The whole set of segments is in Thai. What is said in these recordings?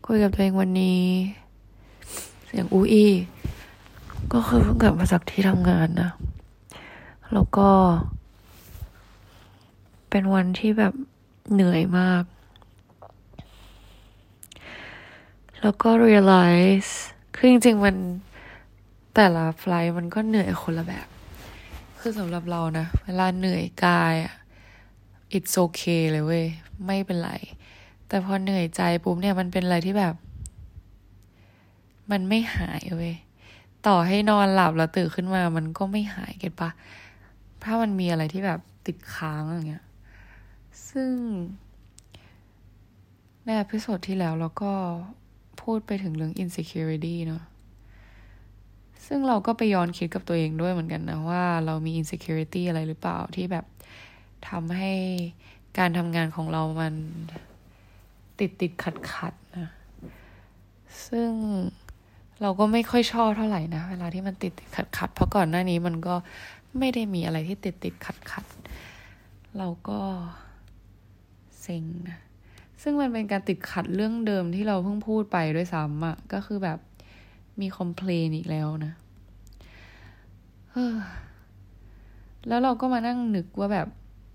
คุยกับตัวเองวันนี้เสียงอู้อี้ก็คือเพิ่งกลับมาจากที่ทำงานนะแล้วก็เป็นวันที่แบบเหนื่อยมากแล้วก็ realize คือจริงๆมันแต่ละไฟลท์มันก็เหนื่อยคนละแบบคือสำหรับเรานะเวลาเหนื่อยกายอะ it's okay เลยเว้ยไม่เป็นไรแต่พอเหนื่อยใจปุ๊บเนี่ยมันเป็นอะไรที่แบบมันไม่หายเว้ยต่อให้นอนหลับแล้วตื่นขึ้นมามันก็ไม่หายเก็ตปะถ้ามันมีอะไรที่แบบติดค้างอย่างเงี้ยซึ่งในเอพิโซดที่แล้วเราก็พูดไปถึงเรื่อง insecurity เนาะซึ่งเราก็ไปย้อนคิดกับตัวเองด้วยเหมือนกันนะว่าเรามี insecurity อะไรหรือเปล่าที่แบบทำให้การทำงานของเรามันติดขัดนะซึ่งเราก็ไม่ค่อยชอบเท่าไหร่นะเวลาที่มันติดขัดเพราะก่อนหน้านี้มันก็ไม่ได้มีอะไรที่ติดขัดเราก็เซ็งนะซึ่งมันเป็นการติดขัดเรื่องเดิมที่เราเพิ่งพูดไปด้วยซ้ำอ่ะก็คือแบบมีคอมเพลนอีกแล้วนะแล้วเราก็มานั่งนึกว่าแบบ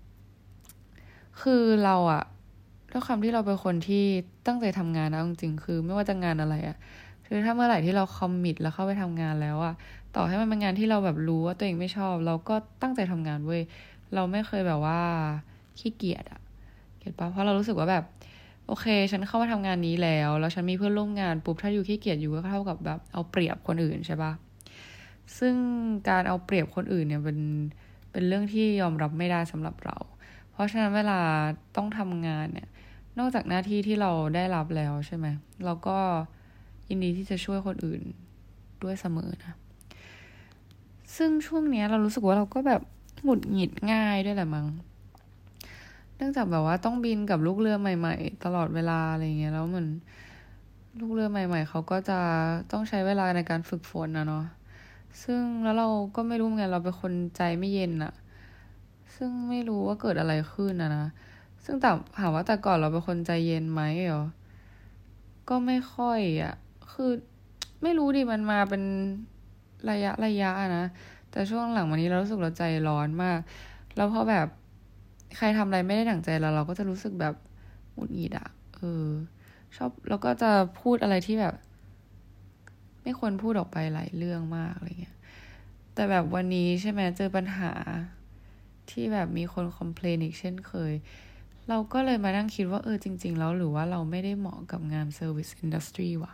คือเราอะด้วยความที่เราเป็นคนที่ตั้งใจทำงานนะจริงๆคือไม่ว่าจะงานอะไรอะคือถ้าเมื่อไหร่ที่เราคอมมิตแล้วเข้าไปทำงานแล้วอะต่อให้มันเป็นงานที่เราแบบรู้ว่าตัวเองไม่ชอบเราก็ตั้งใจทำงานเว้ยเราไม่เคยแบบว่าขี้เกียจอะเก็ทปะเพราะเรารู้สึกว่าแบบโอเคฉันเข้ามาทำงานนี้แล้วฉันมีเพื่อนร่วมงานปุ๊บถ้าอยู่ขี้เกียจอยู่ก็เท่ากับแบบเอาเปรียบคนอื่นใช่ปะซึ่งการเอาเปรียบคนอื่นเนี่ยเป็นเรื่องที่ยอมรับไม่ได้สำหรับเราเพราะฉะนั้นเวลาต้องทำงานเนี่ยนอกจากหน้าที่ที่เราได้รับแล้วใช่ไหมเราก็ยินดีที่จะช่วยคนอื่นด้วยเสมอนะซึ่งช่วงนี้เรารู้สึกว่าเราก็แบบหงุดหงิดง่ายด้วยแหละมั้งเนื่องจากแบบว่าต้องบินกับลูกเรือใหม่ๆตลอดเวลาอะไรเงี้ยแล้วมันลูกเรือใหม่ๆเขาก็จะต้องใช้เวลาในการฝึกฝนนะเนาะซึ่งแล้วเราก็ไม่รู้เหมือนกันเราเป็นคนใจไม่เย็นอะซึ่งไม่รู้ว่าเกิดอะไรขึ้นนะซึ่งแต่ถามว่าแต่ก่อนเราเป็นคนใจเย็นไหมเหรอก็ไม่ค่อยอ่ะคือไม่รู้ดิมันมาเป็นระยะนะแต่ช่วงหลังวันนี้เรารู้สึกเราใจร้อนมากแล้วพอแบบใครทำอะไรไม่ได้ดั่งใจเราก็จะรู้สึกแบบหงุดหงิดอ่ะชอบแล้วก็จะพูดอะไรที่แบบไม่ควรพูดออกไปหลายเรื่องมากอะไรเงี้ยแต่แบบวันนี้ใช่ไหมเจอปัญหาที่แบบมีคนคอมเพลนอีกเช่นเคยเราก็เลยมานั่งคิดว่าจริงๆแล้วหรือว่าเราไม่ได้เหมาะกับงานเซอร์วิสอินดัสทรีวะ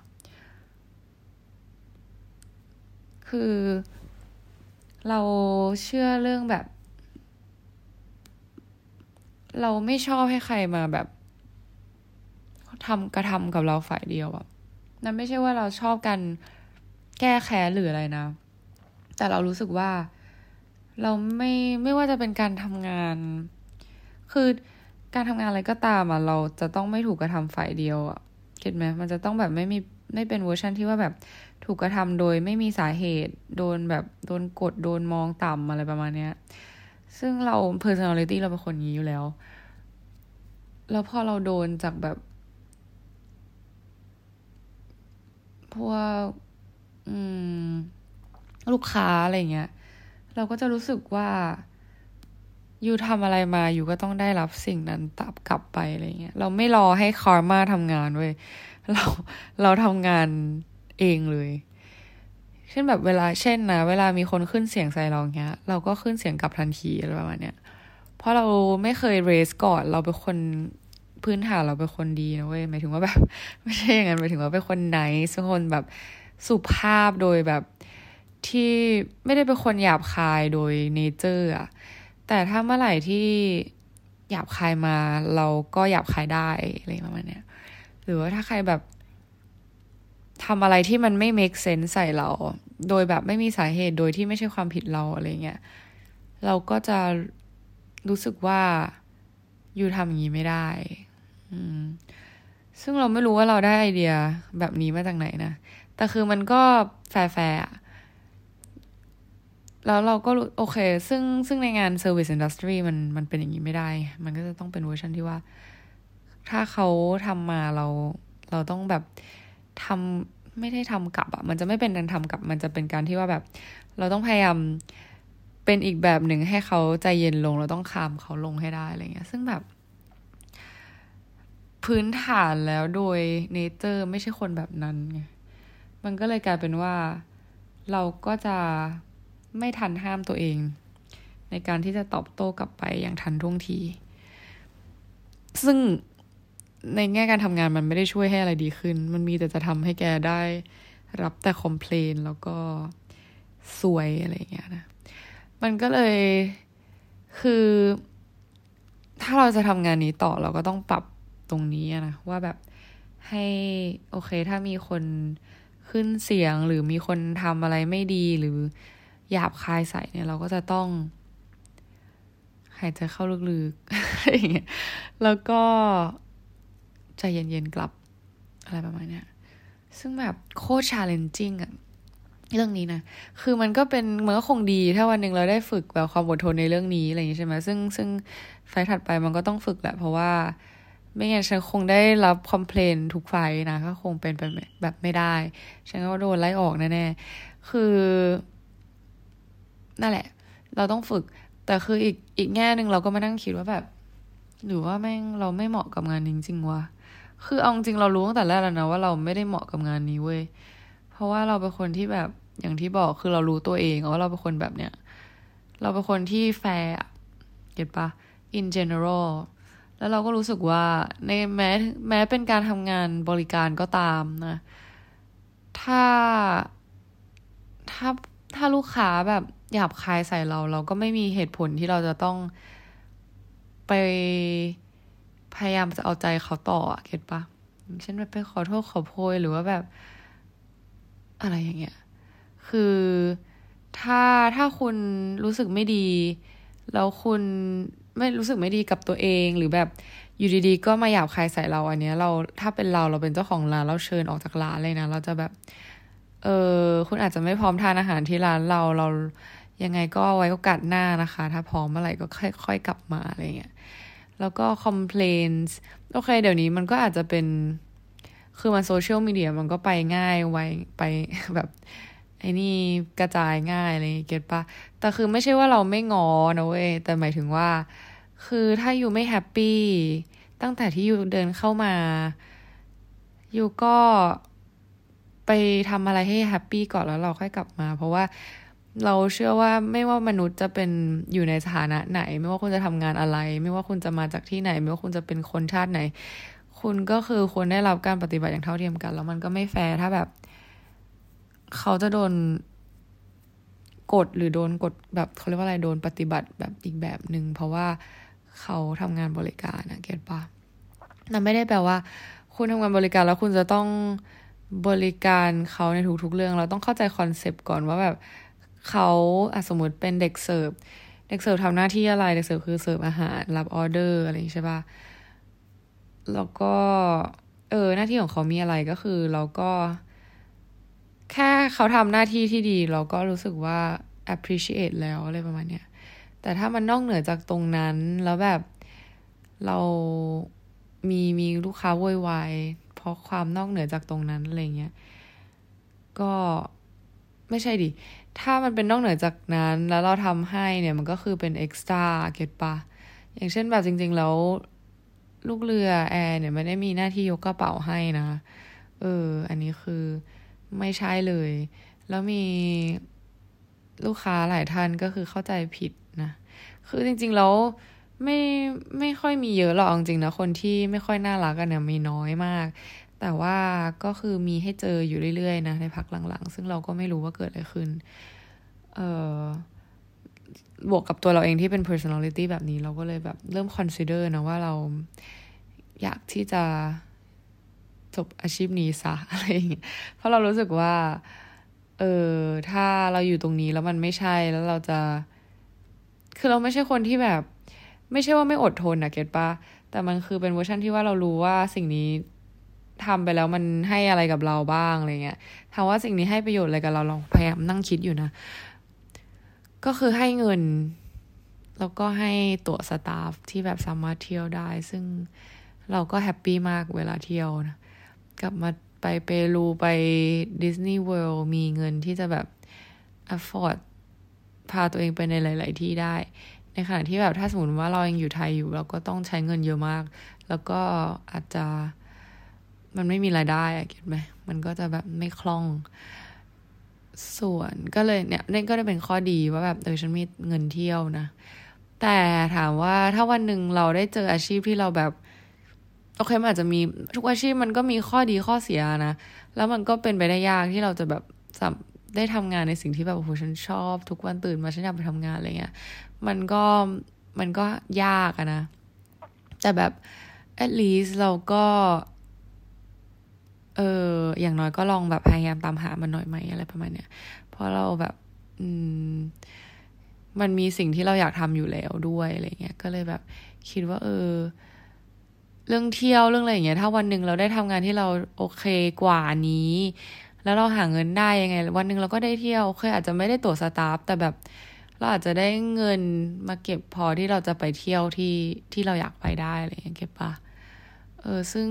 คือเราเชื่อเรื่องแบบเราไม่ชอบให้ใครมาแบบกระทำกับเราฝ่ายเดียวอะนั่นไม่ใช่ว่าเราชอบกันแก้แค้นหรืออะไรนะแต่เรารู้สึกว่าเราไม่ว่าจะเป็นการทำงานคือการทำงานอะไรก็ตามอ่ะเราจะต้องไม่ถูกกระทำฝ่ายเดียวอ่ะเก็ทไหมมันจะต้องแบบไม่เป็นเวอร์ชันที่ว่าแบบถูกกระทำโดยไม่มีสาเหตุโดนแบบโดนกดโดนมองต่ำอะไรประมาณเนี้ยซึ่งเรา personality เราเป็นคนนี้อยู่แล้วพอเราโดนจากแบบพวกลูกค้าอะไรเงี้ยเราก็จะรู้สึกว่าอยู่ทำอะไรมาอยู่ก็ต้องได้รับสิ่งนั้นตอบกลับไปอะไรเงี้ยเราไม่รอให้คาร์มาทำงานเว้ยเราเราทำงานเองเลยเช่นแบบเวลามีคนขึ้นเสียงใส่เราเงี้ยเราก็ขึ้นเสียงกลับทันทีอะไรประมาณเนี้ยเพราะเราไม่เคยเรสก่อนเราเป็นคนพื้นฐานเราเป็นคนดีนะเว้ยหมายถึงว่าแบบไม่ใช่อย่างนั้นหมายถึงว่าเป็นคนไนซ์เป็นคนแบบสุภาพโดยแบบที่ไม่ได้เป็นคนหยาบคายโดยเนเจอร์อะแต่ถ้าเมื่อไหร่ที่หยาบคายมาเราก็หยาบคายได้อะไรประมาณเนี้ยหรือว่าถ้าใครแบบทำอะไรที่มันไม่ make sense ใส่เราโดยแบบไม่มีสาเหตุโดยที่ไม่ใช่ความผิดเราอะไรเงี้ยเราก็จะรู้สึกว่าอยู่ทำอย่างนี้ไม่ได้ซึ่งเราไม่รู้ว่าเราได้ไอเดียแบบนี้มาจากไหนนะแต่คือมันก็แฟร์แล้วเราก็โอเคซึ่งในงาน Service Industry มันเป็นอย่างนี้ไม่ได้มันก็จะต้องเป็นเวอร์ชันที่ว่าถ้าเขาทำมาเราเราต้องแบบทำไม่ได้ทำกลับมันจะไม่เป็นการทำกลับมันจะเป็นการที่ว่าแบบเราต้องพยายามเป็นอีกแบบหนึ่งให้เขาใจเย็นลงเราต้องคามเขาลงให้ได้อะไรเงี้ยซึ่งแบบพื้นฐานแล้วโดยเนเจอร์ไม่ใช่คนแบบนั้นไงมันก็เลยกลายเป็นว่าเราก็จะไม่ทันห้ามตัวเองในการที่จะตอบโต้กลับไปอย่างทันท่วงทีซึ่งในแง่การทำงานมันไม่ได้ช่วยให้อะไรดีขึ้นมันมีแต่จะทำให้แกได้รับแต่คอมเพลนแล้วก็ซวยอะไรอย่างเงี้ยนะมันก็เลยคือถ้าเราจะทำงานนี้ต่อเราก็ต้องปรับตรงนี้นะว่าแบบให้โอเคถ้ามีคนขึ้นเสียงหรือมีคนทำอะไรไม่ดีหรือหยาบคายใส่เนี่ยเราก็จะต้องหายใจเข้าลึกๆอะไรอย่างเงี้ยแล้วก็ใจเย็นๆกลับอะไรประมาณเนี้ยซึ่งแบบโคตร challenging อะเรื่องนี้นะคือมันก็คงดีถ้าวันหนึ่งเราได้ฝึกแบบความอดทนในเรื่องนี้อะไรอย่างนี้ใช่ไหมซึ่งไฟล์ถัดไปมันก็ต้องฝึกแหละเพราะว่าไม่งั้นฉันคงได้รับคอมเพลนทุกไฟล์นะก็คงเป็นแบบไม่ได้ฉันก็โดนไล่ออกแน่ๆคือนั่นแหละเราต้องฝึกแต่คืออีกแง่หนึ่งเราก็มานั่งคิดว่าแบบหรือว่าเราไม่เหมาะกับงานนี้จริงๆวะคือเอาจริงเรารู้ตั้งแต่แรกแล้วนะว่าเราไม่ได้เหมาะกับงานนี้เว้ยเพราะว่าเราเป็นคนที่แบบอย่างที่บอกคือเรารู้ตัวเองว่าเราเป็นคนแบบเนี้ยเราเป็นคนที่แฟร์เก็ตปะ in general แล้วเราก็รู้สึกว่าในแม้เป็นการทำงานบริการก็ตามนะถ้าถ้าถ้าลูกค้าแบบหยาบคายใส่เราก็ไม่มีเหตุผลที่เราจะต้องไปพยายามจะเอาใจเขาต่อเก็ตปะอย่างเช่นไปขอโทษขอโพยหรือว่าแบบอะไรอย่างเงี้ยคือถ้าคุณรู้สึกไม่ดีแล้วคุณไม่รู้สึกไม่ดีกับตัวเองหรือแบบอยู่ดีๆก็มาหยาบคายใส่เราอันเนี้ยเราถ้าเป็นเราเป็นเจ้าของร้านเราเชิญออกจากร้านเลยนะเราจะแบบคุณอาจจะไม่พร้อมทานอาหารที่ร้านเรายังไงก็ไว้โอกาสหน้านะคะถ้าพร้อมเมื่อไหร่ก็ค่อยกลับมาอะไรเงี้ยแล้วก็ complaints โอเคเดี๋ยวนี้มันก็อาจจะเป็นคือมันโซเชียลมีเดียมันก็ไปง่ายไวไปแบบไอ้นี่กระจายง่ายอะไรเก็ตปะแต่คือไม่ใช่ว่าเราไม่งอนะเว้ยแต่หมายถึงว่าคือถ้าอยู่ไม่แฮปปี้ตั้งแต่ที่อยู่เดินเข้ามาอยู่ก็ไปทำอะไรให้แฮปปี้ก่อนแล้วเราค่อยกลับมาเพราะว่าเราเชื่อว่าไม่ว่ามนุษย์จะเป็นอยู่ในสถานะไหนไม่ว่าคุณจะทำงานอะไรไม่ว่าคุณจะมาจากที่ไหนไม่ว่าคุณจะเป็นคนชาติไหนคุณก็คือควรได้รับการปฏิบัติอย่างเท่าเทียมกันแล้วมันก็ไม่แฟร์ถ้าแบบเขาจะโดนกดหรือโดนกดแบบเขาเรียกว่าอะไรโดนปฏิบัติแบบอีกแบบหนึ่งเพราะว่าเขาทำงานบริการนะเก็ตปะนั่นไม่ได้แปลว่าคุณทำงานบริการแล้วคุณจะต้องบริการเขาในทุกๆเรื่องเราต้องเข้าใจคอนเซปต์ก่อนว่าแบบเขาสมมติเป็นเด็กเสิร์ฟทำหน้าที่อะไรเด็กเสิร์ฟคือเสิร์ฟอาหารรับออเดอร์อะไรอย่างนี้ใช่ปะแล้วก็หน้าที่ของเขามีอะไรก็คือเราก็แค่เขาทำหน้าที่ที่ดีเราก็รู้สึกว่า appreciate แล้วอะไรประมาณเนี้ยแต่ถ้ามันนอกเหนือจากตรงนั้นแล้วแบบเรามีลูกค้าโวยวายเพราะความนอกเหนือจากตรงนั้นอะไรเงี้ยก็ไม่ใช่ดิถ้ามันเป็นนอกเหนือจากนั้นแล้วเราทำให้เนี่ยมันก็คือเป็นเอ็กซ์ตร้าเก็ตปะอย่างเช่นแบบจริงๆแล้วลูกเรือแอร์เนี่ยไม่ได้มีหน้าที่ยกกระเป๋าให้นะอันนี้คือไม่ใช่เลยแล้วมีลูกค้าหลายท่านก็คือเข้าใจผิดนะคือจริงๆแล้วไม่ค่อยมีเยอะหรอกจริงๆนะคนที่ไม่ค่อยน่ารักกันเนี่ยมีน้อยมากแต่ว่าก็คือมีให้เจออยู่เรื่อยๆนะในพักหลังๆซึ่งเราก็ไม่รู้ว่าเกิดอะไรขึ้นบวกกับตัวเราเองที่เป็น personality แบบนี้เราก็เลยแบบเริ่ม consider นะว่าเราอยากที่จะจบอาชีพนี้ซะอะไรอย่างเงี้ยเพราะเรารู้สึกว่าถ้าเราอยู่ตรงนี้แล้วมันไม่ใช่แล้วเราจะคือเราไม่ใช่คนที่แบบไม่ใช่ว่าไม่อดทนนะเก็ตปะแต่มันคือเป็นเวอร์ชันที่ว่าเรารู้ว่าสิ่งนี้ทำไปแล้วมันให้อะไรกับเราบ้างอะไรเงี้ยถามว่าสิ่งนี้ให้ประโยชน์อะไรกับเราลองพยายามนั่งคิดอยู่นะก็คือให้เงินแล้วก็ให้ตั๋วสตาฟที่แบบสามารถเที่ยวได้ซึ่งเราก็แฮปปี้มากเวลาเที่ยวนะกลับมาไปเปรูไปดิสนีย์เวิลด์มีเงินที่จะแบบ afford พาตัวเองไปในหลายๆที่ได้ในขณะที่แบบถ้าสมมติว่าเรายังอยู่ไทยอยู่เราก็ต้องใช้เงินเยอะมากแล้วก็อาจจะมันไม่มีรายได้อะเก็ทไหมมันก็จะแบบไม่คล่องส่วนก็เลยเนี่ยนี่ก็ได้เป็นข้อดีว่าแบบฉันมีเงินเที่ยวนะแต่ถามว่าถ้าวันหนึ่งเราได้เจออาชีพที่เราแบบโอเคมันอาจจะมีทุกอาชีพมันก็มีข้อดีข้อเสียนะแล้วมันก็เป็นไปได้ยากที่เราจะแบบได้ทำงานในสิ่งที่แบบโอ้โหฉันชอบทุกวันตื่นมาฉันอยากไปทำงานอะไรเงี้ยมันก็ยากอะนะแต่แบบ at least เราก็อย่างน้อยก็ลองแบบพยายามตามหามันหน่อยไหมอะไรประมาณเนี้ยเพราะเราแบบมันมีสิ่งที่เราอยากทำอยู่แล้วด้วยอะไรเงี้ยก็เลยแบบคิดว่าเรื่องเที่ยวเรื่องอะไรอย่างเงี้ยถ้าวันหนึ่งเราได้ทำงานที่เราโอเคกว่านี้แล้วเราหาเงินได้ยังไงวันหนึ่งเราก็ได้เที่ยวเคยอาจจะไม่ได้ตั๋วสตาฟแต่แบบเราอาจจะได้เงินมาเก็บพอที่เราจะไปเที่ยวที่เราอยากไปได้อะไรอย่างเงี้ยเก็บปะซึ่ง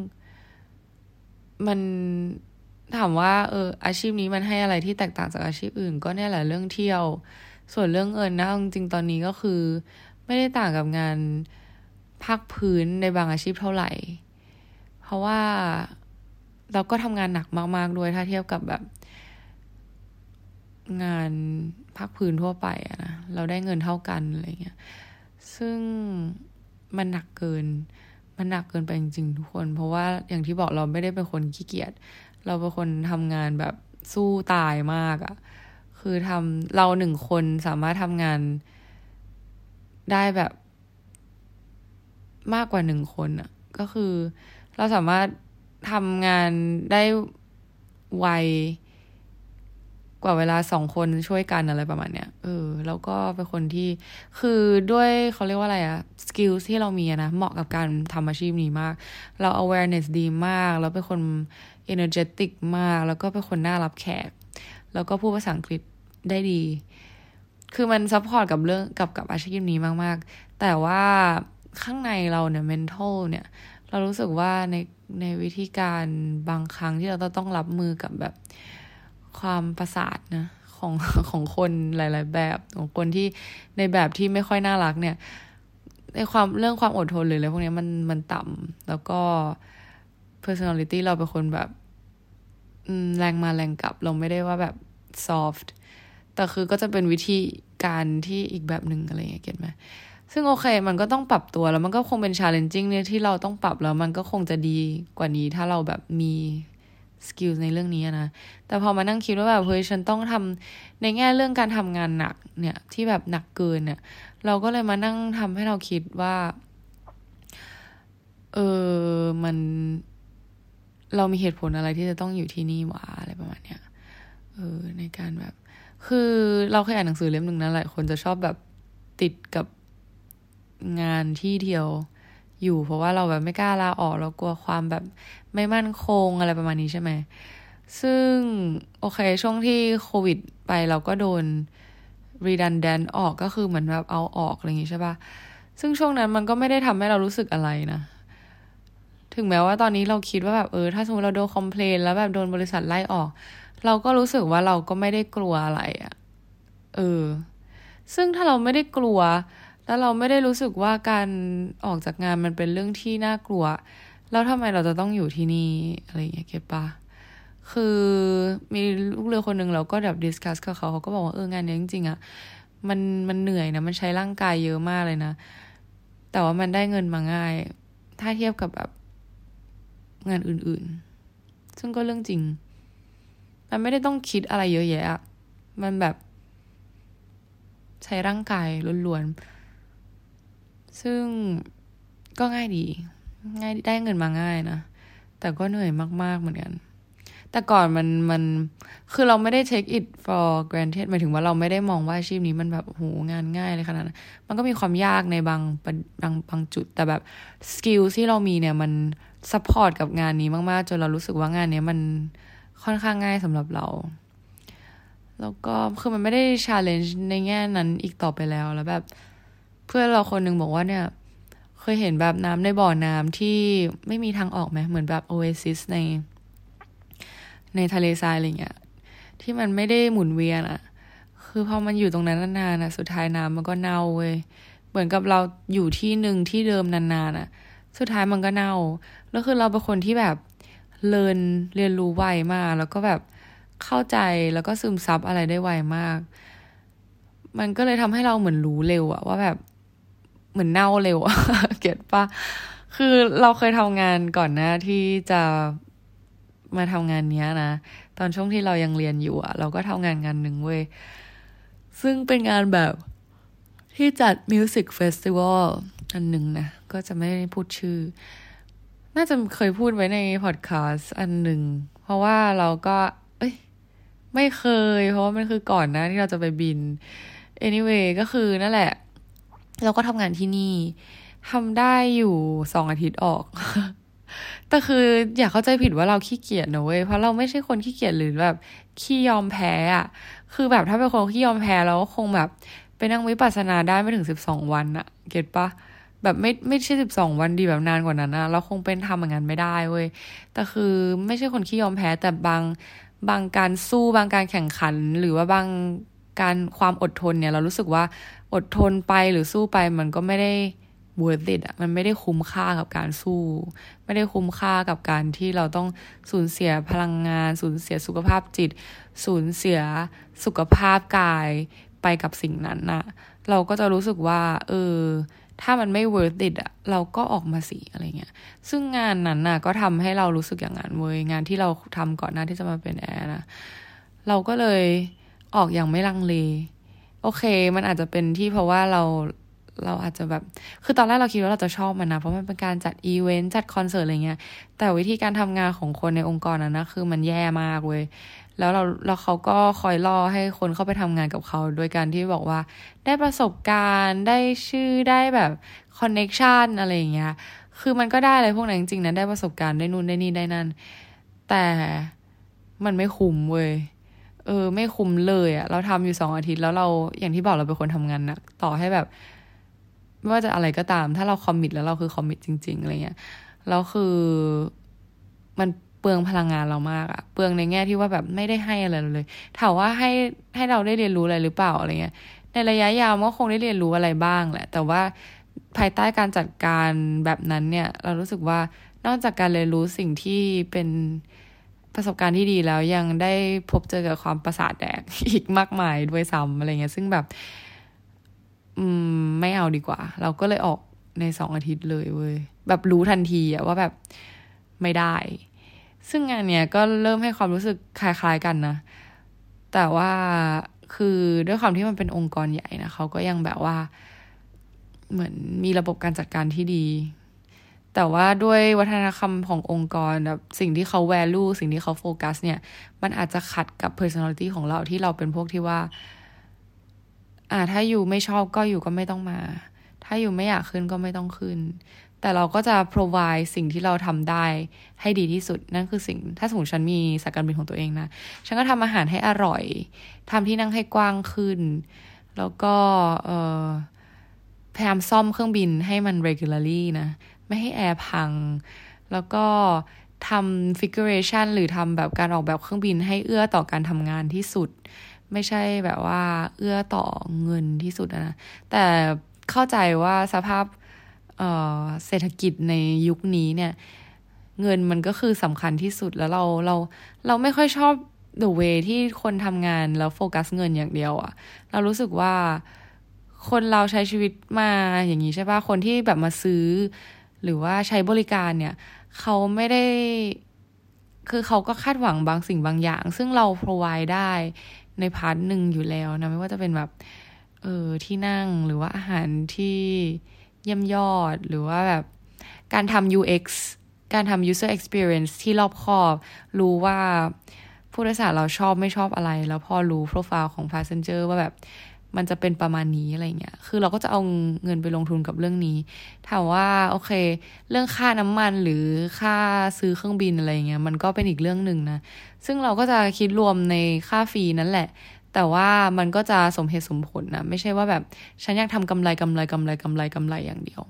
มันถามว่าอาชีพนี้มันให้อะไรที่แตกต่างจากอาชีพอื่นก็เนี่ยแหละเรื่องเที่ยวส่วนเรื่องเงินนะจริงๆตอนนี้ก็คือไม่ได้ต่างกับงานภาคพื้นในบางอาชีพเท่าไหร่เพราะว่าเราก็ทำงานหนักมากๆด้วยถ้าเทียบกับแบบงานภาคพื้นทั่วไปอะนะเราได้เงินเท่ากันอะไรเงี้ยซึ่งมันหนักเกินไปจริงๆทุกคนเพราะว่าอย่างที่บอกเราไม่ได้เป็นคนขี้เกียจเราเป็นคนทำงานแบบสู้ตายมากอะคือเราหนึ่งคนสามารถทำงานได้แบบมากกว่าหนึ่งคนอะก็คือเราสามารถทำงานได้ไวกว่าเวลา2 คนช่วยกันอะไรประมาณเนี้ยแล้วก็เป็นคนที่คือด้วยเขาเรียกว่าอะไรอะสกิลที่เรามีนะเหมาะกับการทำอาชีพนี้มากเรา awareness ดีมากแล้วเป็นคน energetic มากแล้วก็เป็นคนน่ารับแขกแล้วก็พูดภาษาอังกฤษได้ดีคือมันซัพพอร์ตกับเรื่องกับอาชีพนี้มากๆแต่ว่าข้างในเราเนี่ย mental เนี่ยเรารู้สึกว่าในวิธีการบางครั้งที่เราต้องรับมือกับแบบความประสาทนะของคนหลายๆแบบของคนที่ในแบบที่ไม่ค่อยน่ารักเนี่ยในเรื่องความอดทนเลยอะไรพวกนี้มันต่ำแล้วก็ personality เราเป็นคนแบบแรงมาแรงกลับเราไม่ได้ว่าแบบ soft แต่คือก็จะเป็นวิธีการที่อีกแบบหนึ่งอะไรอย่างเงี้ยเก็ทไหมซึ่งโอเคมันก็ต้องปรับตัวแล้วมันก็คงเป็น challenging เนี่ยที่เราต้องปรับแล้วมันก็คงจะดีกว่านี้ถ้าเราแบบมีสกิลในเรื่องนี้นะแต่พอมานั่งคิดว่าแบบเฮ้ยฉันต้องทำในแง่เรื่องการทำงานหนักเนี่ยที่แบบหนักเกินเนี่ยเราก็เลยมานั่งทำให้เราคิดว่ามันเรามีเหตุผลอะไรที่จะต้องอยู่ที่นี่วะอะไรประมาณเนี้ยในการแบบคือเราเคยอ่านหนังสือเล่มหนึ่งนะหลายคนจะชอบแบบติดกับงานที่เดียวอยู่เพราะว่าเราแบบไม่กล้าลาออกเรากลัวความแบบไม่มั่นคงอะไรประมาณนี้ใช่ไหมซึ่งโอเคช่วงที่โควิดไปเราก็โดน redundant ออกก็คือเหมือนแบบเอาออกอะไรอย่างงี้ใช่ปะซึ่งช่วงนั้นมันก็ไม่ได้ทำให้เรารู้สึกอะไรนะถึงแม้ว่าตอนนี้เราคิดว่าแบบถ้าสมมติเราโดนคอมเพลนแล้วแบบโดนบริษัทไล่ออกเราก็รู้สึกว่าเราก็ไม่ได้กลัวอะไรอ่ะซึ่งถ้าเราไม่ได้กลัวแล้วเราไม่ได้รู้สึกว่าการออกจากงานมันเป็นเรื่องที่น่ากลัวแล้วทำไมเราจะต้องอยู่ที่นี่อะไรอย่างเงี้ยเก็ทปะคือมีลูกเรือคนหนึ่งเราก็แบบดิสคัสกับเขาก็บอกว่างานนี้จริงๆอ่ะมันเหนื่อยนะมันใช้ร่างกายเยอะมากเลยนะแต่ว่ามันได้เงินมาง่ายถ้าเทียบกับแบบงานอื่นๆซึ่งก็เรื่องจริงมันไม่ได้ต้องคิดอะไรเยอะแยะมันแบบใช้ร่างกายล้วนๆซึ่งก็ง่ายดีง่ายได้เงินมาง่ายนะแต่ก็เหนื่อยมากๆเหมือนกันแต่ก่อนมันคือเราไม่ได้ take it for granted หมายถึงว่าเราไม่ได้มองว่าอาชีพนี้มันแบบโหงานง่ายเลยขนาดนั้นมันก็มีความยากในบางจุดแต่แบบสกิลที่เรามีเนี่ยมันซัพพอร์ตกับงานนี้มากๆจนเรารู้สึกว่างานนี้มันค่อนข้างง่ายสำหรับเราแล้วก็คือมันไม่ได้ challenge ในแง่นั้นอีกต่อไปแล้วแบบเพื่อนเราคนนึงบอกว่าเนี่ยเคยเห็นแบบน้ำในบ่อน้ำที่ไม่มีทางออกไหมเหมือนแบบโอเอซิสในทะเลทรายอะไรเงี้ยที่มันไม่ได้หมุนเวียนอะคือพอมันอยู่ตรงนั้นนานๆอะสุดท้ายน้ำมันก็เน่าเว้ยเหมือนกับเราอยู่ที่หนึ่งที่เดิมนานๆอะสุดท้ายมันก็เน่าแล้วคือเราเป็นคนที่แบบเรียนรู้ไวมากแล้วก็แบบเข้าใจแล้วก็ซึมซับอะไรได้ไวมากมันก็เลยทำให้เราเหมือนรู้เร็วอะว่าแบบเหมือนเน่าเร็วอะ เก็ตปะคือเราเคยทำงานก่อนหน้าที่จะมาทำงานเนี้ยนะตอนช่วงที่เรายังเรียนอยู่อะเราก็ทำงานหนึ่งเว้ยซึ่งเป็นงานแบบที่จัดมิวสิกเฟสติวัลอันหนึ่งนะก็จะไม่พูดชื่อน่าจะเคยพูดไว้ในพอดแคสต์อันหนึ่งเพราะว่าเราก็ไม่เคยเพราะว่ามันคือก่อนนะที่เราจะไปบิน anyway ก็คือนั่นแหละเราก็ทำงานที่นี่ทำได้อยู่2 อาทิตย์ออก แต่คืออย่าเข้าใจผิดว่าเราขี้เกียจนะเว้ยเพราะเราไม่ใช่คนขี้เกียจหรือแบบขี้ยอมแพ้อะคือแบบถ้าเป็นคนขี้ยอมแพ้เราก็คงแบบไปนั่งวิปัสสนาได้ไม่ถึง12 วันอะเก็ตปะแบบไม่ใช่12 วันดีแบบนานกว่านั้นอะเราคงเป็นทำอย่างนั้นไม่ได้เว้ยแต่คือไม่ใช่คนขี้ยอมแพ้แต่บางการสู้บางการแข่งขันหรือว่าบางการความอดทนเนี่ยเรารู้สึกว่าอดทนไปหรือสู้ไปมันก็ไม่ได้ worth it อะมันไม่ได้คุ้มค่ากับการสู้ไม่ได้คุ้มค่ากับการที่เราต้องสูญเสียพลังงานสูญเสียสุขภาพจิตสูญเสียสุขภาพกายไปกับสิ่งนั้นน่ะเราก็จะรู้สึกว่าถ้ามันไม่ worth it อะเราก็ออกมาสิอะไรเงี้ยซึ่งงานนั้นน่ะก็ทำให้เรารู้สึกอย่างนั้นเว้ยงานที่เราทำก่อนหน้าที่จะมาเป็นแอร์นะเราก็เลยออกอย่างไม่ลังเลโอเคมันอาจจะเป็นที่เพราะว่าเราอาจจะแบบคือตอนแรกเราคิดว่าเราจะชอบมันนะเพราะมันเป็นการจัดอีเวนต์จัดคอนเสิร์ตอะไรเงี้ยแต่วิธีการทำงานของคนในองค์กรนะคือมันแย่มากเว้ยแล้วเขาก็คอยล่อให้คนเข้าไปทำงานกับเขาโดยการที่บอกว่าได้ประสบการณ์ได้ชื่อได้แบบคอนเน็กชันอะไรเงี้ยคือมันก็ได้อะไรพวกนั้นจริงๆนะได้ประสบการณ์ได้นู่นได้นี่ได้นั่นแต่มันไม่คุ้มเว้ยไม่คุ้มเลยอะเราทำอยู่2 อาทิตย์แล้วเราอย่างที่บอกเราเป็นคนทำงานหนักต่อให้แบบไม่ว่าจะอะไรก็ตามถ้าเราคอมมิตแล้วเราคือคอมมิตจริงๆอะไรเงี้ยแล้วคือมันเปลืองพลังงานเรามากอะเปลืองในแง่ที่ว่าแบบไม่ได้ให้อะไรเลยถามว่าให้เราได้เรียนรู้อะไรหรือเปล่าอะไรเงี้ยในระยะยาวก็คงได้เรียนรู้อะไรบ้างแหละแต่ว่าภายใต้การจัดการแบบนั้นเนี่ยเรารู้สึกว่านอกจากการเรียนรู้สิ่งที่เป็นประสบการณ์ที่ดีแล้วยังได้พบเจอกับความประสาทแดก อีกมากมายด้วยซ้ำอะไรเงี้ยซึ่งแบบไม่เอาดีกว่าเราก็เลยออกใน2 อาทิตย์เลยเว้ยแบบรู้ทันทีอะว่าแบบไม่ได้ซึ่งงานเนี้ยก็เริ่มให้ความรู้สึกคล้ายๆกันนะแต่ว่าคือด้วยความที่มันเป็นองค์กรใหญ่นะเขาก็ยังแบบว่าเหมือนมีระบบการจัดการที่ดีแต่ว่าด้วยวัฒนธรรมขององค์กรแบบสิ่งที่เขา value สิ่งที่เขาโฟกัสเนี่ยมันอาจจะขัดกับ personality ของเราที่เราเป็นพวกที่ว่าถ้าอยู่ไม่ชอบก็อยู่ก็ไม่ต้องมาถ้าอยู่ไม่อยากขึ้นก็ไม่ต้องขึ้นแต่เราก็จะ provide สิ่งที่เราทำได้ให้ดีที่สุดนั่นคือสิ่งถ้าสมมติฉันมีสายการบินของตัวเองนะฉันก็ทำอาหารให้อร่อยทำที่นั่งให้กว้างขึ้นแล้วก็พยายามซ่อมเครื่องบินให้มัน regularly นะไม่ให้แอร์พังแล้วก็ทำ figuration หรือทำแบบการออกแบบเครื่องบินให้เอื้อต่อการทำงานที่สุดไม่ใช่แบบว่าเอื้อต่อเงินที่สุดนะแต่เข้าใจว่าสภาพเศรษฐกิจในยุคนี้เนี่ยเงินมันก็คือสำคัญที่สุดแล้วเราไม่ค่อยชอบ the way ที่คนทำงานแล้วโฟกัสเงินอย่างเดียวอะเรารู้สึกว่าคนเราใช้ชีวิตมาอย่างนี้ใช่ป่ะคนที่แบบมาซื้อหรือว่าใช้บริการเนี่ยเขาไม่ได้คือเขาก็คาดหวังบางสิ่งบางอย่างซึ่งเรา provide ได้ในพาร์ทหนึ่งอยู่แล้วนะไม่ว่าจะเป็นแบบที่นั่งหรือว่าอาหารที่เยี่ยมยอดหรือว่าแบบการทำ UX การทำ user experience ที่รอบคอบรู้ว่าผู้โดยสารเราชอบไม่ชอบอะไรแล้วพอรู้ profile ของ passenger ว่าแบบมันจะเป็นประมาณนี้อะไรเงี้ยคือเราก็จะเอาเงินไปลงทุนกับเรื่องนี้ถามว่าโอเคเรื่องค่าน้ำมันหรือค่าซื้อเครื่องบินอะไรเงี้ยมันก็เป็นอีกเรื่องหนึ่งนะซึ่งเราก็จะคิดรวมในค่าฟรีนั่นแหละแต่ว่ามันก็จะสมเหตุสมผลนะไม่ใช่ว่าแบบฉันอยากทำกำไรอย่างเดียว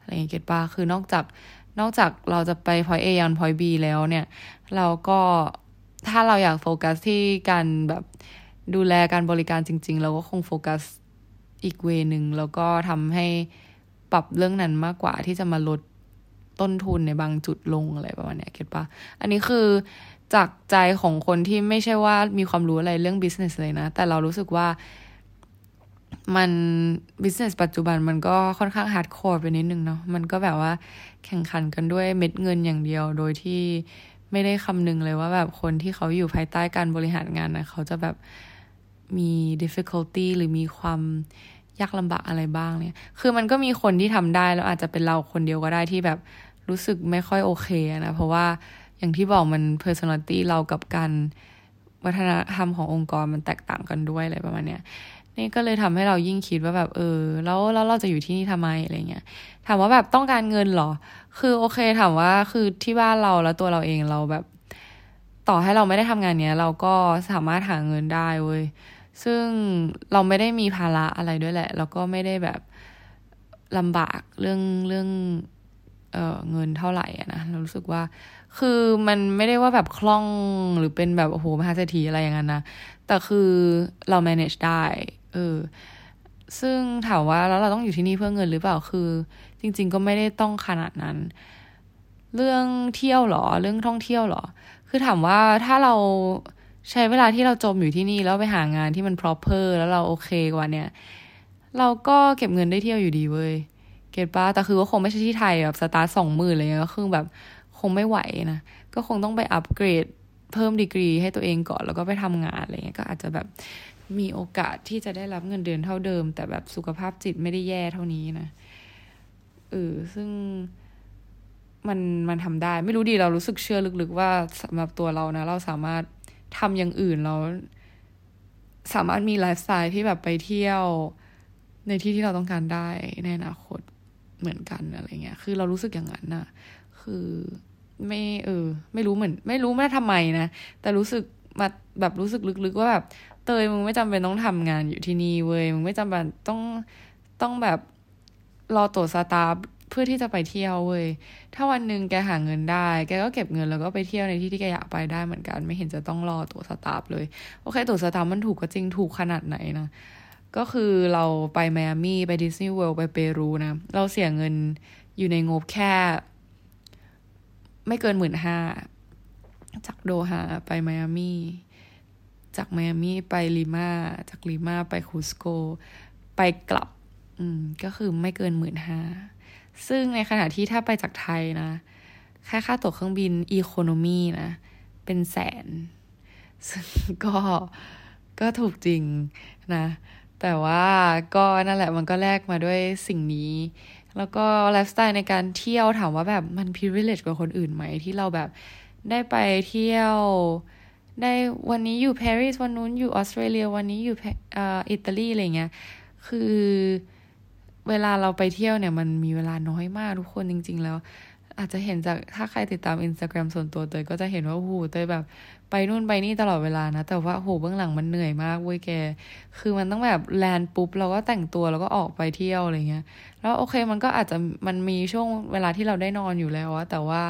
อะไรอย่างเงี้ยเก็ตป่ะคือนอกจากเราจะไป point A ยัน point B แล้วเนี่ยเราก็ถ้าเราอยากโฟกัสที่การแบบดูแลการบริการจริงๆเราก็คงโฟกัสอีกเวนึงแล้วก็ทำให้ปรับเรื่องนั้นมากกว่าที่จะมาลดต้นทุนในบางจุดลงอะไรประมาณเนี้ยเก็ตป่ะอันนี้คือจากใจของคนที่ไม่ใช่ว่ามีความรู้อะไรเรื่อง business เลยนะแต่เรารู้สึกว่ามัน business ปัจจุบันมันก็ค่อนข้าง hardcore ไปนิดนึงเนาะมันก็แบบว่าแข่งขันกันด้วยเม็ดเงินอย่างเดียวโดยที่ไม่ได้คำนึงเลยว่าแบบคนที่เขาอยู่ภายใต้การบริหารงานนะเขาจะแบบมี difficulty หรือมีความยากลำบากอะไรบ้างเนี่ยคือมันก็มีคนที่ทำได้แล้วอาจจะเป็นเราคนเดียวก็ได้ที่แบบรู้สึกไม่ค่อยโอเคนะเพราะว่าอย่างที่บอกมัน personality เรากับการวัฒนธรรมขององค์กรมันแตกต่างกันด้วยอะไรประมาณเนี้ยนี่ก็เลยทำให้เรายิ่งคิดว่าแบบแล้วเราจะอยู่ที่นี่ทำไมอะไรเงี้ยถามว่าแบบต้องการเงินเหรอคือโอเคถามว่าคือที่บ้านเราแล้วตัวเราเองเราแบบต่อให้เราไม่ได้ทำงานเนี้ยเราก็สามารถหาเงินได้เว้ยซึ่งเราไม่ได้มีภาระอะไรด้วยแหละแล้วก็ไม่ได้แบบลำบากเรื่องเงินเท่าไหร่อะนะเรารู้สึกว่าคือมันไม่ได้ว่าแบบคล่องหรือเป็นแบบโอ้โหมหาเศรษฐีอะไรอย่างนั้นนะแต่คือเรา manage ได้ซึ่งถามว่าแล้วเราต้องอยู่ที่นี่เพื่อเงินหรือเปล่าคือจริงๆก็ไม่ได้ต้องขนาดนั้นเรื่องเที่ยวหรอเรื่องท่องเที่ยวหรอคือถามว่าถ้าเราใช้เวลาที่เราจมอยู่ที่นี่แล้วไปหางานที่มัน proper แล้วเราโอเคกว่าเนี่ยเราก็เก็บเงินได้เที่ยวอยู่ดีเว้ยเก็ตป่ะแต่คือก็คงไม่ใช่ที่ไทยแบบสตาร์ท20,000อะไรเงี้ยก็คือแบบคงไม่ไหวนะก็คงต้องไปอัปเกรดเพิ่มดีกรีให้ตัวเองก่อนแล้วก็ไปทำงานอะไรเงี้ยก็อาจจะแบบมีโอกาสที่จะได้รับเงินเดือนเท่าเดิมแต่แบบสุขภาพจิตไม่ได้แย่เท่านี้นะซึ่งมันทำได้ไม่รู้ดีเรารู้สึกเชื่อลึกๆว่าสำหรับตัวเรานะเราสามารถทำอย่างอื่นเราสามารถมีไลฟ์สไตล์ที่แบบไปเที่ยวในที่ที่เราต้องการได้ในอนาคตเหมือนกันอะไรเงี้ยคือเรารู้สึกอย่างนั้นน่ะคือไม่ไม่รู้เหมือนไม่รู้แม่ทำไมนะแต่รู้สึกมาแบบรู้สึกลึกๆว่าแบบเตยมึงไม่จำเป็นต้องทำงานอยู่ที่นี่เว้ยมึงไม่จำเป็นต้องแบบรอตั๋วสตาร์เพื่อที่จะไปเที่ยวเว้ยถ้าวันหนึ่งแกหาเงินได้แกก็เก็บเงินแล้วก็ไปเที่ยวในที่ที่แกอยากไปได้เหมือนกันไม่เห็นจะต้องรอตั๋วสตาร์เลยโอเคตั๋วสตาร์มันถูกก็จริงถูกขนาดไหนนะก็คือเราไปไมอามี่ไปดิสนีย์เวิลด์ไปเปรูนะเราเสียเงินอยู่ในงบแค่ไม่เกิน15,000จากโดฮาไปไมอามี่จากไมอามี่ไปลิมาจากลิมาไปคุสโกไปกลับก็คือไม่เกิน15,000ซึ่งในขณะที่ถ้าไปจากไทยนะแค่ค่าตั๋วเครื่องบินอีโคโนมีนะเป็นแสนซึ่งก็ถูกจริงนะแต่ว่าก็นั่นแหละมันก็แลกมาด้วยสิ่งนี้แล้วก็ไลฟ์สไตล์ในการเที่ยวถามว่าแบบมัน privilege กว่าคนอื่นไหมที่เราแบบได้ไปเที่ยวได้วันนี้อยู่ปารีสวันนู้นอยู่ออสเตรเลียวันนี้อยู่อิตาลีอะไรเงี้ยคือเวลาเราไปเที่ยวเนี่ยมันมีเวลาน้อยมากทุกคนจริงๆแล้วอาจจะเห็นจากถ้าใครติดตาม Instagram ส่วนตัวเตยก็จะเห็นว่าโอ้โหเตยแบบไปนู่นไปนี่ตลอดเวลานะแต่ว่าโอ้โหเบื้องหลังมันเหนื่อยมากเว้ยแกคือมันต้องแบบแลนด์ปุ๊บเราก็แต่งตัวแล้วก็ออกไปเที่ยวอะไรเงี้ยแล้วโอเคมันก็อาจจะมันมีช่วงเวลาที่เราได้นอนอยู่แล้วอะแต่ว่า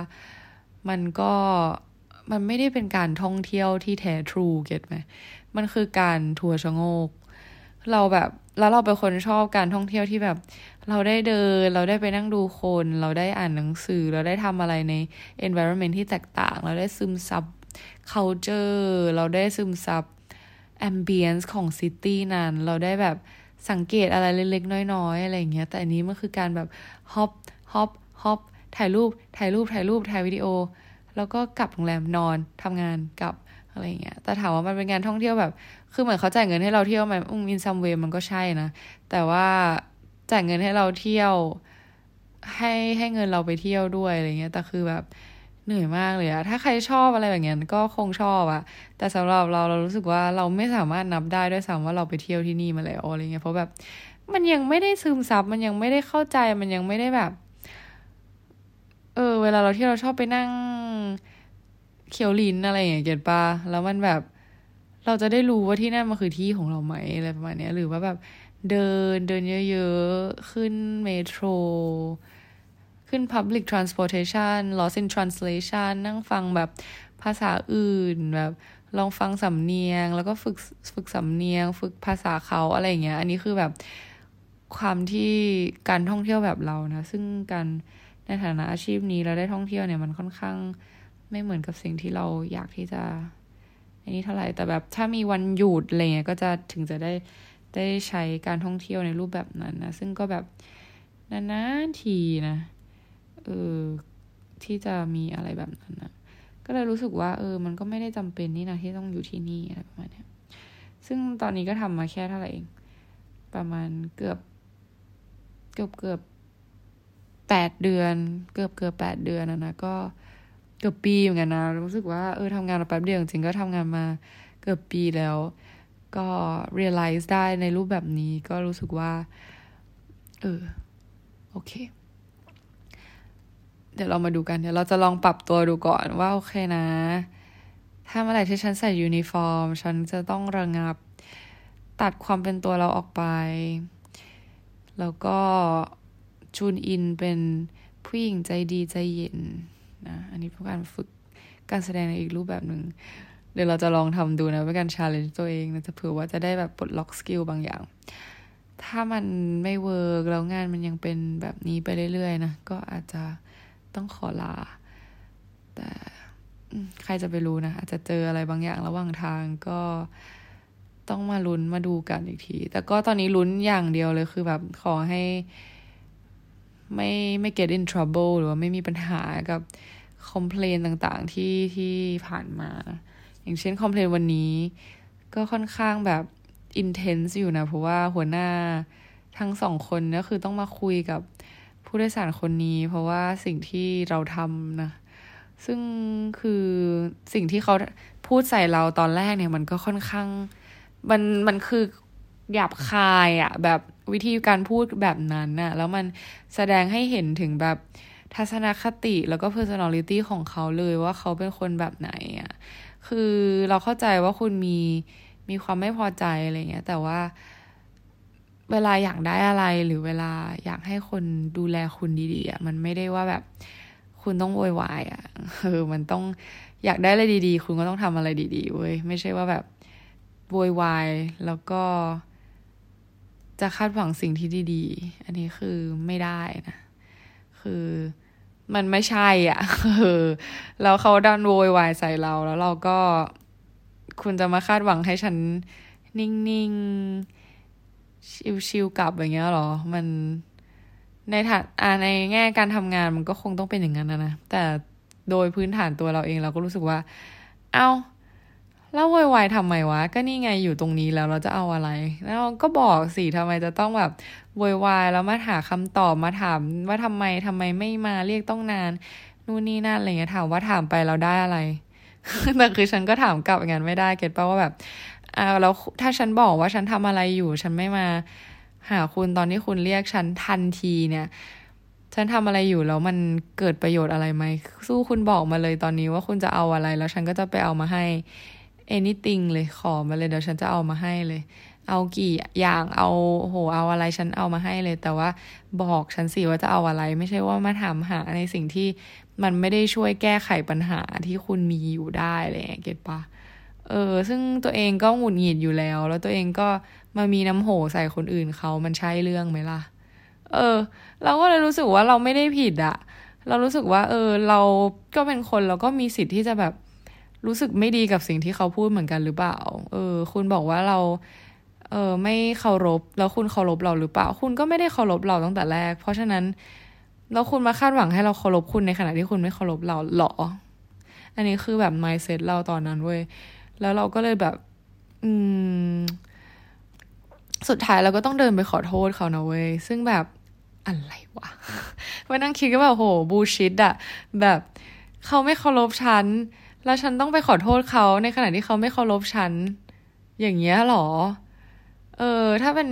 มันไม่ได้เป็นการท่องเที่ยวที่แท้ทรูเก็ตไหมมันคือการทัวร์ชะโงกเราแบบแล้วเราเป็นคนชอบการท่องเที่ยวที่แบบเราได้เดินเราได้ไปนั่งดูคนเราได้อ่านหนังสือเราได้ทำอะไรใน environment ที่แตกต่างเราได้ซึมซับ culture เราได้ซึมซับ ambience ของซิตี้นั้นเราได้แบบสังเกตอะไรเล็กๆน้อยๆอะไรอย่างเงี้ยแต่อันนี้มันคือการแบบฮอปฮอปถ่ายรูปถ่ายวิดีโอแล้วก็กลับโรงแรมนอนทำงานกลับอะไรอย่างเงี้ยแต่ถามว่ามันเป็นงานท่องเที่ยวแบบคือเหมือนเขาจ่ายเงินให้เราเที่ยวไหมอินซัมเวย์มันก็ใช่นะแต่ว่าจ่ายเงินให้เราเที่ยวให้เงินเราไปเที่ยวด้วยอะไรเงี้ยแต่คือแบบเหนื่อยมากเลยอะถ้าใครชอบอะไรแบบเนี้ยก็คงชอบอะแต่สำหรับเรารู้สึกว่าเราไม่สามารถนับได้ด้วยซ้ำว่าเราไปเที่ยวที่นี่มาแล้วอะไรเงี้ยเพราะแบบมันยังไม่ได้ซึมซับมันยังไม่ได้เข้าใจมันยังไม่ได้แบบเวลาเราที่เราชอบไปนั่งเคี้ยวลิ้นอะไรอย่างเงี้ยเก็ตปะแล้วมันแบบเราจะได้รู้ว่าที่นั่นมันคือที่ของเราไหมอะไรประมาณเนี้ยหรือว่าแบบเดินเยอะๆขึ้นเมโทรขึ้น public transportation lost in translation นั่งฟังแบบภาษาอื่นแบบลองฟังสำเนียงแล้วก็ฝึกสำเนียงฝึกภาษาเขาอะไรอย่างเงี้ยอันนี้คือแบบความที่การท่องเที่ยวแบบเรานะซึ่งการในฐานะอาชีพนี้เราได้ท่องเที่ยวเนี่ยมันค่อนข้างไม่เหมือนกับสิ่งที่เราอยากที่จะอันนี้เท่าไหร่แต่แบบถ้ามีวันหยุดอะไรเงี้ยก็จะถึงจะได้ใช้การท่องเที่ยวในรูปแบบนั้นนะซึ่งก็แบบนานๆทีนะที่จะมีอะไรแบบนั้นนะก็เลยรู้สึกว่ามันก็ไม่ได้จำเป็นนี่นะที่ต้องอยู่ที่นี่อะไรประมาณนี้ซึ่งตอนนี้ก็ทำมาแค่เท่าไหร่เองประมาณเกือบ8 เดือนเกือบ8 เดือนนะก็เกือบปีเหมือนกันนะรู้สึกว่าทำงานมาแป๊บเดียวจริงๆก็ทำงานมาเกือบปีแล้วก็ realize ได้ในรูปแบบนี้ก็รู้สึกว่าโอเคเดี๋ยวเรามาดูกันเดี๋ยวเราจะลองปรับตัวดูก่อนว่าโอเคนะถ้าเมื่อไหร่ที่ฉันใส่ยูนิฟอร์มฉันจะต้องระงับตัดความเป็นตัวเราออกไปแล้วก็จูนอินเป็นผู้หญิงใจดีใจเย็นนะอันนี้เป็นการฝึกการแสดงในอีกรูปแบบหนึ่งเดี๋ยวเราจะลองทำดูนะเป็นการ challenge ตัวเองนะจะเผื่อว่าจะได้แบบปลดล็อกสกิลบางอย่างถ้ามันไม่เวิร์กแล้วงานมันยังเป็นแบบนี้ไปเรื่อยๆนะก็อาจจะต้องขอลาแต่ใครจะไปรู้นะอาจจะเจออะไรบางอย่างระหว่างทางก็ต้องมาลุ้นมาดูกันอีกทีแต่ก็ตอนนี้ลุ้นอย่างเดียวเลยคือแบบขอให้ไม่ get in trouble หรือว่าไม่มีปัญหากับคอมเพลนต่างๆที่ผ่านมาอย่างเช่นคอมเพลนวันนี้ก็ค่อนข้างแบบ intense อยู่นะเพราะว่าหัวหน้าทั้ง2 คนก็คือต้องมาคุยกับผู้โดยสารคนนี้เพราะว่าสิ่งที่เราทำนะซึ่งคือสิ่งที่เขาพูดใส่เราตอนแรกเนี่ยมันก็ค่อนข้างมันคือหยาบคายอ่ะแบบวิธีการพูดแบบนั้นน่ะแล้วมันแสดงให้เห็นถึงแบบทัศนคติแล้วก็ personality ของเขาเลยว่าเขาเป็นคนแบบไหนอ่ะคือเราเข้าใจว่าคุณมีความไม่พอใจอะไรเงี้ยแต่ว่าเวลาอยากได้อะไรหรือเวลาอยากให้คนดูแลคุณดีๆอ่ะมันไม่ได้ว่าแบบคุณต้องโวยวายอ่ะมันต้องอยากได้อะไรดีๆคุณก็ต้องทำอะไรดีๆเว้ยไม่ใช่ว่าแบบโวยวายแล้วก็จะคาดหวังสิ่งที่ดีๆอันนี้คือไม่ได้นะคือมันไม่ใช่อ่ะแล้วเขาดันโวยวายใส่เราแล้วเราก็คุณจะมาคาดหวังให้ฉันนิ่งๆชิวๆกลับอย่างเงี้ยหรอมันในแง่การทำงานมันก็คงต้องเป็นอย่างนั้นนะแต่โดยพื้นฐานตัวเราเองเราก็รู้สึกว่าแล้วโวยวายทำไมวะก็นี่ไงอยู่ตรงนี้แล้วเราจะเอาอะไรแล้วก็บอกสิทำไมจะต้องแบบโวยวายแล้วมาหาคำตอบมาถามว่าทำไมไม่มาเรียกต้องนานนู่นนี่นั่นอะไรเงี้ยถามว่าถามไปเราได้อะไร แต่คือฉันก็ถามกลับอย่างนั้นไม่ได้เก็ตป่ะว่าแบบแล้วถ้าฉันบอกว่าฉันทำอะไรอยู่ฉันไม่มาหาคุณตอนที่คุณเรียกฉันทันทีเนี่ยฉันทำอะไรอยู่แล้วมันเกิดประโยชน์อะไรไหมสู้คุณบอกมาเลยตอนนี้ว่าคุณจะเอาอะไรแล้วฉันก็จะไปเอามาให้ anything เลยขอมาเลยเดี๋ยวฉันจะเอามาให้เลยเอากี่อย่างเอาอะไรฉันเอามาให้เลยแต่ว่าบอกฉันสิว่าจะเอาอะไรไม่ใช่ว่ามาถามหาในสิ่งที่มันไม่ได้ช่วยแก้ไขปัญหาที่คุณมีอยู่ได้เลยเก็ตปะซึ่งตัวเองก็หงุดหงิดอยู่แล้วตัวเองก็มามีน้ำโหใส่คนอื่นเขามันใช่เรื่องไหมล่ะเราก็เลยรู้สึกว่าเราไม่ได้ผิดอะเรารู้สึกว่าเราก็เป็นคนเราก็มีสิทธิ์ที่จะแบบรู้สึกไม่ดีกับสิ่งที่เขาพูดเหมือนกันหรือเปล่าคุณบอกว่าเราไม่เคารพแล้วคุณเคารพเราหรือเปล่าคุณก็ไม่ได้เคารพเราตั้งแต่แรกเพราะฉะนั้นแล้วคุณมาคาดหวังให้เราเคารพคุณในขณะที่คุณไม่เคารพเราหรออันนี้คือแบบ mindset เราตอนนั้นเว้ยแล้วเราก็เลยแบบสุดท้ายเราก็ต้องเดินไปขอโทษเขานะเว้ยซึ่งแบบอะไรวะมานั่งคิดก็แบบโหบูชิตอะแบบเขาไม่เคารพฉันแล้วฉันต้องไปขอโทษเขาในขณะที่เขาไม่เคารพฉันอย่างเงี้ยหรอถ้าเป็น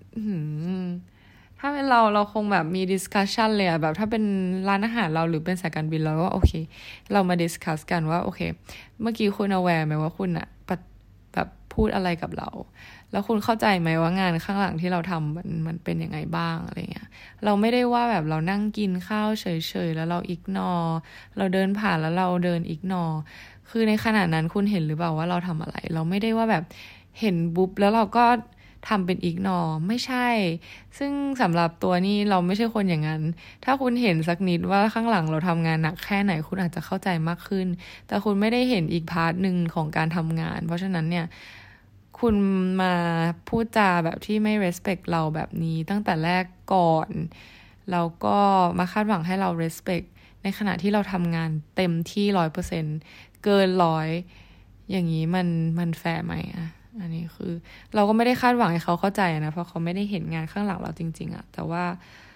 เราคงแบบมี discussion เลยอะแบบถ้าเป็นร้านอาหารเราหรือเป็นสายการบินเราก็โอเคเรามา discuss กันว่าโอเคเมื่อกี้คุณ aware ไหมว่าคุณอะแบบพูดอะไรกับเราแล้วคุณเข้าใจไหมว่างานข้างหลังที่เราทำมันเป็นยังไงบ้างอะไรเงี้ยเราไม่ได้ว่าแบบเรานั่งกินข้าวเฉยๆแล้วเราอิกนอเราเดินผ่านแล้วเราเดินอิกนอคือในขณะนั้นคุณเห็นหรือเปล่าว่าเราทำอะไรเราไม่ได้ว่าแบบเห็นบุ๊บแล้วเราก็ทำเป็นอิกนอไม่ใช่ซึ่งสำหรับตัวนี้เราไม่ใช่คนอย่างนั้นถ้าคุณเห็นสักนิดว่าข้างหลังเราทำงานหนักแค่ไหนคุณอาจจะเข้าใจมากขึ้นแต่คุณไม่ได้เห็นอีกพาร์ทหนึ่งของการทำงานเพราะฉะนั้นเนี่ยคุณมาพูดจาแบบที่ไม่ respect เราแบบนี้ตั้งแต่แรกก่อนแล้วก็มาคาดหวังให้เรา respect ในขณะที่เราทำงานเต็มที่ 100% เกิน100อย่างนี้มันแฟร์ไหมอะอันนี้คือเราก็ไม่ได้คาดหวังให้เขาเข้าใจนะเพราะเขาไม่ได้เห็นงานข้างหลังเราจริงๆอะแต่ว่า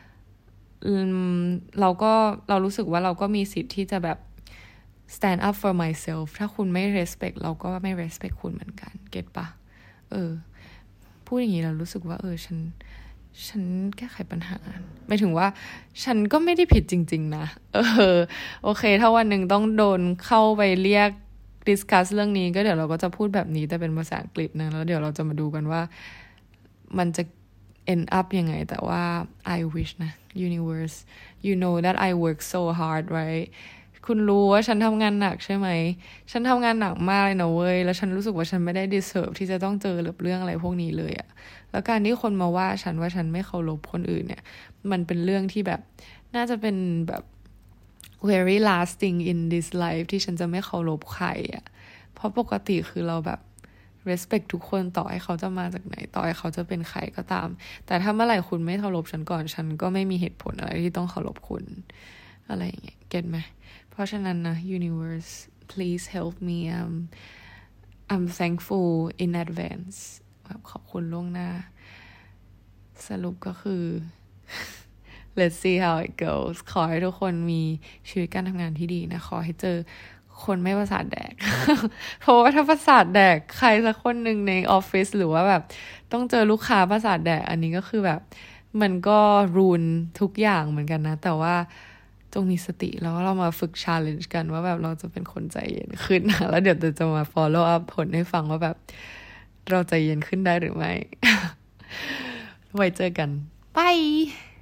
เรารู้สึกว่าเราก็มีสิทธิ์ที่จะแบบ stand up for myself ถ้าคุณไม่ respect เราก็ไม่ respect คุณเหมือนกันเก็ตปะพูดอย่างนี้เรารู้สึกว่าฉันแก้ไขปัญหาหมายถึงว่าฉันก็ไม่ได้ผิดจริงๆนะโอเคถ้าวันหนึ่งต้องโดนเข้าไปเรียกdiscuss เรื่องนี้ก็เดี๋ยวเราก็จะพูดแบบนี้แต่เป็นภาษาอังกฤษนะแล้วเดี๋ยวเราจะมาดูกันว่ามันจะ end up ยังไงแต่ว่า I wish นะ universe you know that I work so hard right คุณรู้ว่าฉันทำงานหนักใช่ไหมฉันทำงานหนักมากเลยนะเว้ยแล้วฉันรู้สึกว่าฉันไม่ได้ deserve ที่จะต้องเจอเรื่องอะไรพวกนี้เลยอะแล้วการที่คนมาว่าฉันไม่เคารพคนอื่นเนี่ยมันเป็นเรื่องที่แบบน่าจะเป็นแบบ very lasting in this life ที่ฉันจะไม่เคารพใครอ่ะเพราะปกติคือเราแบบ respect ทุกคนต่อให้เขาจะมาจากไหนต่อให้เขาจะเป็นใครก็ตามแต่ถ้าเมื่อไหร่คุณไม่เคารพฉันก่อนฉันก็ไม่มีเหตุผลอะไรที่ต้องเคารพคุณอะไรอย่างเงี้ยเก็ตไหมเพราะฉะนั้นนะ universe please help me I'm thankful in advance แบบขอบคุณล่วงหน้าสรุปก็คือ Let's see how it goes ขอให้ทุกคนมีชีวิตการทำงานที่ดีนะขอให้เจอคนไม่ประสาทแดก เพราะว่าถ้าประสาทแดกใครสักคนหนึ่งในออฟฟิศหรือว่าแบบต้องเจอลูกค้าประสาทแดกอันนี้ก็คือแบบมันก็รูนทุกอย่างเหมือนกันนะแต่ว่าจงมีสติแล้วเรามาฝึก challenge กันว่าแบบเราจะเป็นคนใจเย็นขึ้นนะแล้วเดี๋ยวจะมา follow up ผลให้ฟังว่าแบบเราใจเย็นขึ้นได้หรือไม่ ไว้เจอกันบาย